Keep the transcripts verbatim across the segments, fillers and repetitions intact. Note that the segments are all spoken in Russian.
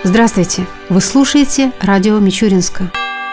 Здравствуйте! Вы слушаете радио Мичуринска.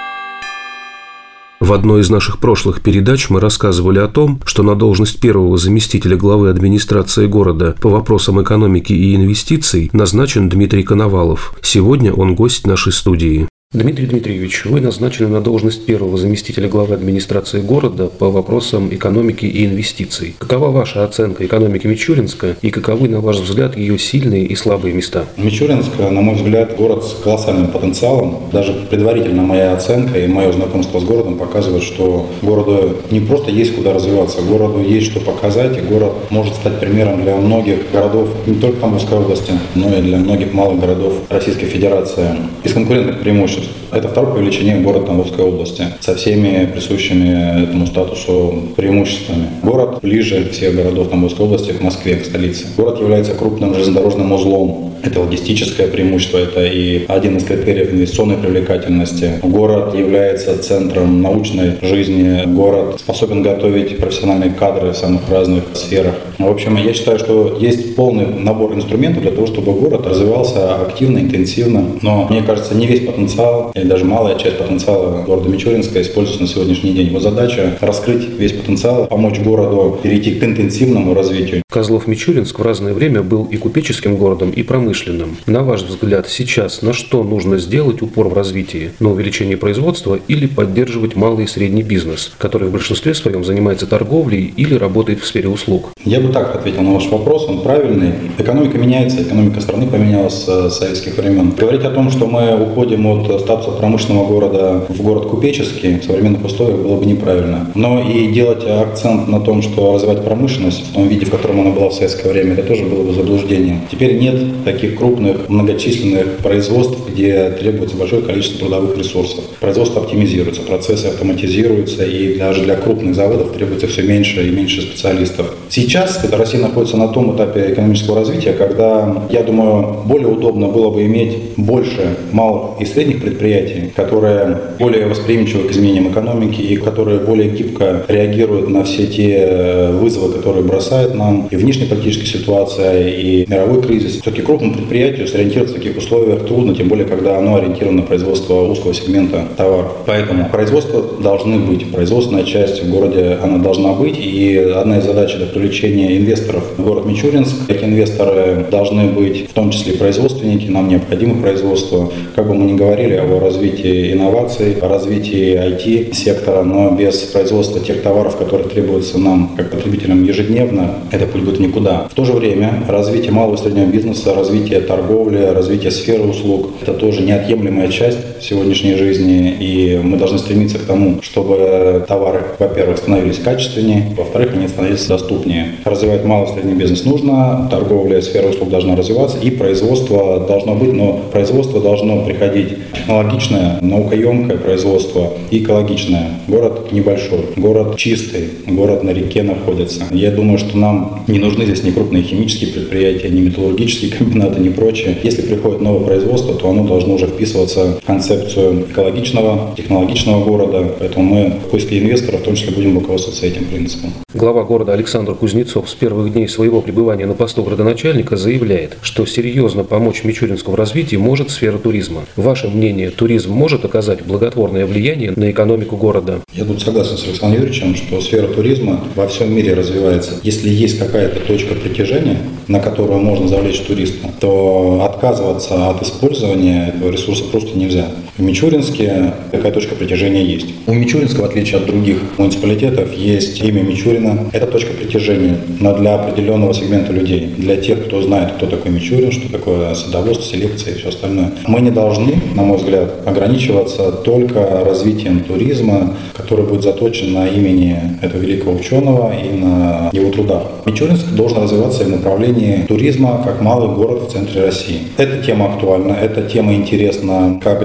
В одной из наших прошлых передач мы рассказывали о том, что на должность первого заместителя главы администрации города по вопросам экономики и инвестиций назначен Дмитрий Коновалов. Сегодня он гость нашей студии. Дмитрий Дмитриевич, вы назначены на должность первого заместителя главы администрации города по вопросам экономики и инвестиций. Какова ваша оценка экономики Мичуринска и каковы, на ваш взгляд, ее сильные и слабые места? Мичуринск, на мой взгляд, город с колоссальным потенциалом. Даже предварительно моя оценка и мое знакомство с городом показывает, что городу не просто есть куда развиваться, городу есть что показать, и город может стать примером для многих городов, не только Тамбовской области, но и для многих малых городов Российской Федерации. Из конкурентных преимуществ это второе по величине город Тамбовской области со всеми присущими этому статусу преимуществами. Город ближе всех городов Тамбовской области к Москве, к столице. Город является крупным железнодорожным узлом. Это логистическое преимущество, это и один из критериев инвестиционной привлекательности. Город является центром научной жизни. Город способен готовить профессиональные кадры в самых разных сферах. В общем, я считаю, что есть полный набор инструментов для того, чтобы город развивался активно, интенсивно. Но, мне кажется, не весь потенциал, или даже малая часть потенциала города Мичуринска используется на сегодняшний день. Его задача – раскрыть весь потенциал, помочь городу перейти к интенсивному развитию. Козлов-Мичуринск в разное время был и купеческим городом, и промышленным. На ваш взгляд, сейчас на что нужно сделать упор в развитии? На увеличение производства или поддерживать малый и средний бизнес, который в большинстве своем занимается торговлей или работает в сфере услуг? Я бы так ответил на ваш вопрос, он правильный. Экономика меняется, экономика страны поменялась с советских времен. Говорить о том, что мы уходим от статуса промышленного города в город купеческий в современных условиях было бы неправильно. Но и делать акцент на том, что развивать промышленность в том виде, в котором она была в советское время, это тоже было бы заблуждением. Теперь нет таких крупных, многочисленных производств, где требуется большое количество трудовых ресурсов. Производство оптимизируется, процессы автоматизируются, и даже для крупных заводов требуется все меньше и меньше специалистов. Сейчас, когда Россия находится на том этапе экономического развития, когда, я думаю, более удобно было бы иметь больше малых и средних предприятий, которые более восприимчивы к изменениям экономики и которые более гибко реагируют на все те вызовы, которые бросает нам и внешнеполитическая ситуация, и мировой кризис. Все-таки крупному предприятию сориентироваться в таких условиях трудно, тем более, когда оно ориентировано на производство узкого сегмента товаров. Поэтому производства должны быть, производственная часть в городе она должна быть, и одна из задач – это привлечение инвесторов в город Мичуринск. Эти инвесторы должны быть в том числе и производственники, нам необходимо производство. Как бы мы ни говорили о развитии инноваций, о развитии ай ти-сектора, но без производства тех товаров, которые требуются нам, как потребителям, ежедневно, это путь будет никуда. В то же время развитие малого и среднего бизнеса, развитие торговли, развитие сферы услуг – это тоже неотъемлемая часть сегодняшней жизни, и мы должны стремиться к тому, чтобы товары, во-первых, становились качественнее, во-вторых, они становились доступнее. Развивать малый и средний бизнес нужно, торговля, сфера услуг должна развиваться, и производство должно быть, но производство должно приходить технологичное, наукоемкое производство и экологичное. Город небольшой, город чистый, город на реке находится. Я думаю, что нам не нужны здесь ни крупные химические предприятия, ни металлургические комбинаты, ни прочее. Если приходит новое производство, то оно должно уже вписываться в концепцию экологичного, технологичного города. Поэтому мы в поиске инвесторов в том числе будем руководствоваться этим принципом. Глава города Александр Кузнецов с первых дней своего пребывания на посту градоначальника заявляет, что серьезно помочь Мичуринску в развитии может сфера туризма. Ваше мнение, туризм может оказать благотворное влияние на экономику города? Я тут согласен с Александром Юрьевичем, что сфера туризма во всем мире развивается. Если есть какая-то точка притяжения, на которую можно завлечь туриста, то отказываться от использования этого ресурса просто нельзя. В Мичуринске такая точка притяжения есть. У Мичуринска, в отличие от других муниципалитетов, есть имя Мичурина. Это точка притяжения, но для определенного сегмента людей, для тех, кто знает, кто такой Мичурин, что такое садоводство, селекция и все остальное. Мы не должны, на мой взгляд, ограничиваться только развитием туризма, который будет заточен на имени этого великого ученого и на его трудах. Мичуринск должен развиваться в направлении туризма как малый город в центре России. Эта тема актуальна, эта тема интересна как для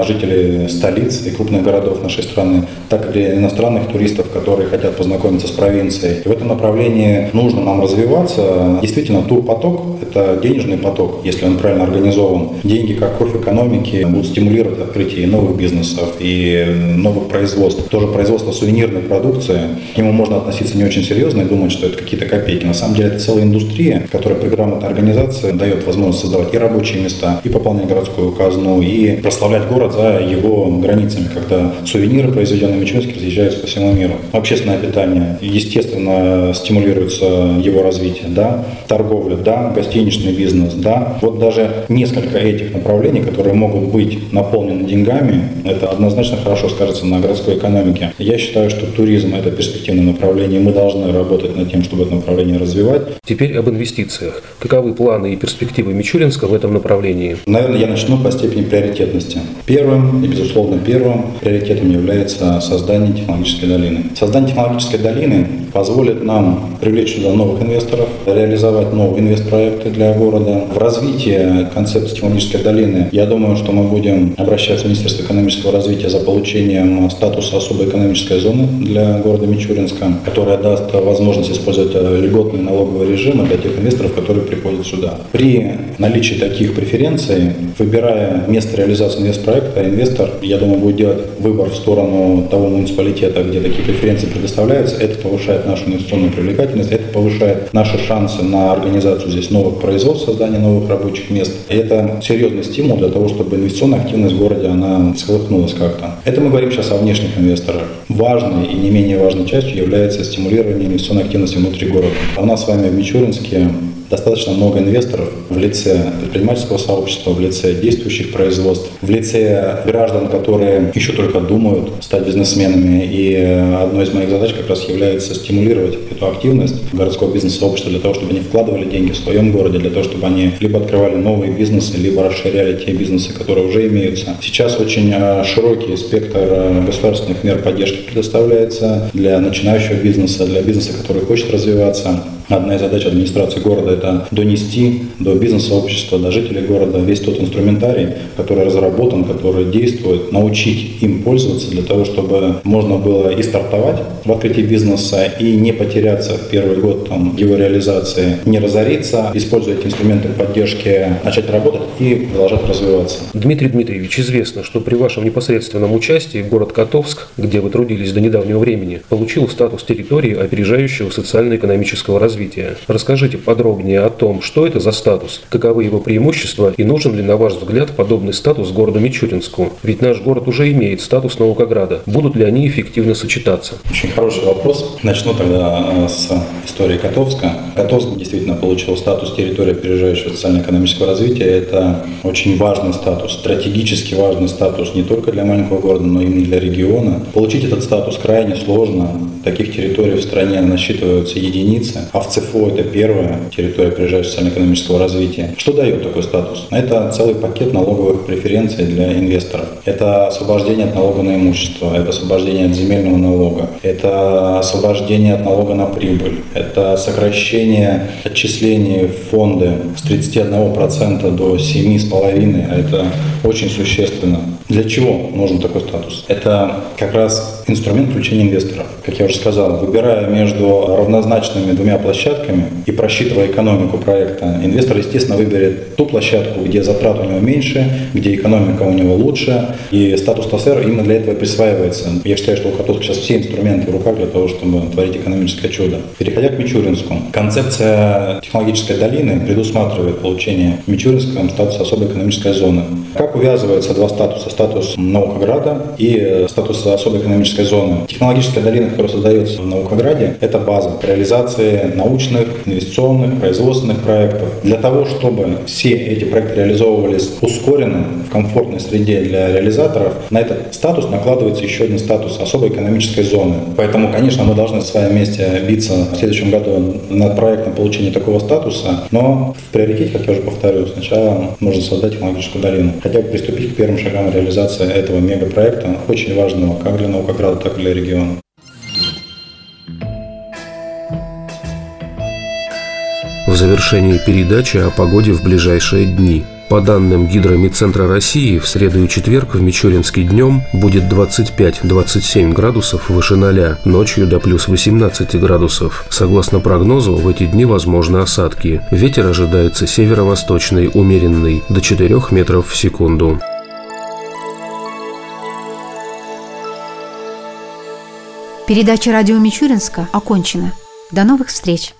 жителей столиц и крупных городов нашей страны, так и для иностранных туристов, которые хотят познакомиться с провинцией. И в этом направлении нужно нам развиваться. Действительно, турпоток – это денежный поток, если он правильно организован. Деньги, как кровь экономики, будут стимулировать открытие новых бизнесов и новых производств. Тоже производство сувенирной продукции, к нему можно относиться не очень серьезно и думать, что это какие-то копейки. На самом деле это целая индустрия, которая при грамотной организации дает возможность создавать и рабочие места, и пополнять городскую казну, и прославлять город за его границами, когда сувениры, произведенные в Мичуринске, разъезжаются по всему миру. Общественное питание, естественно, стимулируется его развитие, да, торговля, да, гостиничный бизнес, да. Вот даже несколько этих направлений, которые могут быть наполнены деньгами, это однозначно хорошо скажется на городской экономике. Я считаю, что туризм – это перспективное направление, и мы должны работать над тем, чтобы это направление развивать. Теперь об инвестициях. Каковы планы и перспективы Мичуринска в этом направлении? Наверное, я начну по степени приоритетности. Первым и, безусловно, первым приоритетом является создание технологической долины. Создание технологической долины позволит нам привлечь сюда новых инвесторов, реализовать новые инвестпроекты для города. В развитии концепции технологической долины, я думаю, что мы будем обращаться в Министерство экономического развития за получением статуса особой экономической зоны для города Мичуринска, которая даст возможность использовать льготные налоговые режимы для тех инвесторов, которые приходят сюда. При наличии таких преференций, выбирая место реализации инвестпроекта, инвестор, я думаю, будет делать выбор в сторону того муниципалитета, где такие преференции предоставляются. Это повышает нашу инвестиционную привлекательность, это повышает наши шансы на организацию здесь новых производств, создание новых рабочих мест. И это серьезный стимул для того, чтобы инвестиционная активность в городе, она всколыхнулась как-то. Это мы говорим сейчас о внешних инвесторах. Важной и не менее важной частью является стимулирование инвестиционной активности внутри города. А у нас с вами в Мичуринске достаточно много инвесторов в лице предпринимательского сообщества, в лице действующих производств, в лице граждан, которые еще только думают стать бизнесменами. И одной из моих задач как раз является стимулировать эту активность городского бизнес-сообщества для того, чтобы они вкладывали деньги в своем городе, для того, чтобы они либо открывали новые бизнесы, либо расширяли те бизнесы, которые уже имеются. Сейчас очень широкий спектр государственных мер поддержки предоставляется для начинающего бизнеса, для бизнеса, который хочет развиваться. Одна из задач администрации города – это донести до бизнес-сообщества, до жителей города весь тот инструментарий, который разработан, который действует, научить им пользоваться для того, чтобы можно было и стартовать в открытии бизнеса, и не потеряться в первый год там, его реализации, не разориться, используя эти инструменты поддержки, начать работать и продолжать развиваться. Дмитрий Дмитриевич, известно, что при вашем непосредственном участии город Котовск, где вы трудились до недавнего времени, получил статус территории опережающего социально-экономического развития. Расскажите подробнее о том, что это за статус, каковы его преимущества и нужен ли, на ваш взгляд, подобный статус городу Мичуринску? Ведь наш город уже имеет статус Наукограда. Будут ли они эффективно сочетаться? Очень хороший вопрос. Начну тогда с истории Котовска. Котовск действительно получил статус территории опережающего социально-экономического развития. Это очень важный статус, стратегически важный статус не только для маленького города, но и для региона. Получить этот статус крайне сложно. Таких территорий в стране насчитываются единицы. А в ЦФО это первая территория опережающего социально-экономического развития. Что дает такой статус? Это целый пакет налоговых преференций для инвесторов. Это освобождение от налога на имущество, это освобождение от земельного налога, это освобождение от налога на прибыль, это сокращение отчислений в фонды с тридцати одного процента до семи целых пяти десятых процента, а это очень существенно. Для чего нужен такой статус? Это как раз инструмент привлечения инвесторов. Как я уже сказал, выбирая между равнозначными двумя площадками и просчитывая экономику проекта, инвестор, естественно, выберет ту площадку, где затрат у него меньше, где экономика у него лучше, и статус ТОСР именно для этого и присваивается. Я считаю, что у Котовска сейчас все инструменты в руках для того, чтобы творить экономическое чудо. Переходя к Мичуринску, концепция технологической долины предусматривает получение Мичуринском статуса особой экономической зоны. Как увязываются два статуса? Статус Наукограда и статус особой экономической зоны. Технологическая долина, которая создается в Наукограде, это база реализации научных, инвестиционных, производственных проектов. Для того, чтобы все эти проекты реализовывались ускоренно, в комфортной среде для реализаторов, на этот статус накладывается еще один статус особой экономической зоны. Поэтому, конечно, мы должны в своем месте биться в следующем году над проектом получения такого статуса, но в приоритете, как я уже повторю, сначала нужно создать технологическую долину. Хотя бы приступить к первым шагам реализации этого мегапроекта, очень важного как для Наукограда, так и для региона. В завершении передачи о погоде в ближайшие дни. По данным Гидромедцентра России, в среду и четверг в Мичуринске днем будет двадцать пять - двадцать семь градусов выше ноля, ночью до плюс восемнадцать градусов. Согласно прогнозу, в эти дни возможны осадки. Ветер ожидается северо-восточный, умеренный, до четырёх метров в секунду. Передача «Радио Мичуринска» окончена. До новых встреч!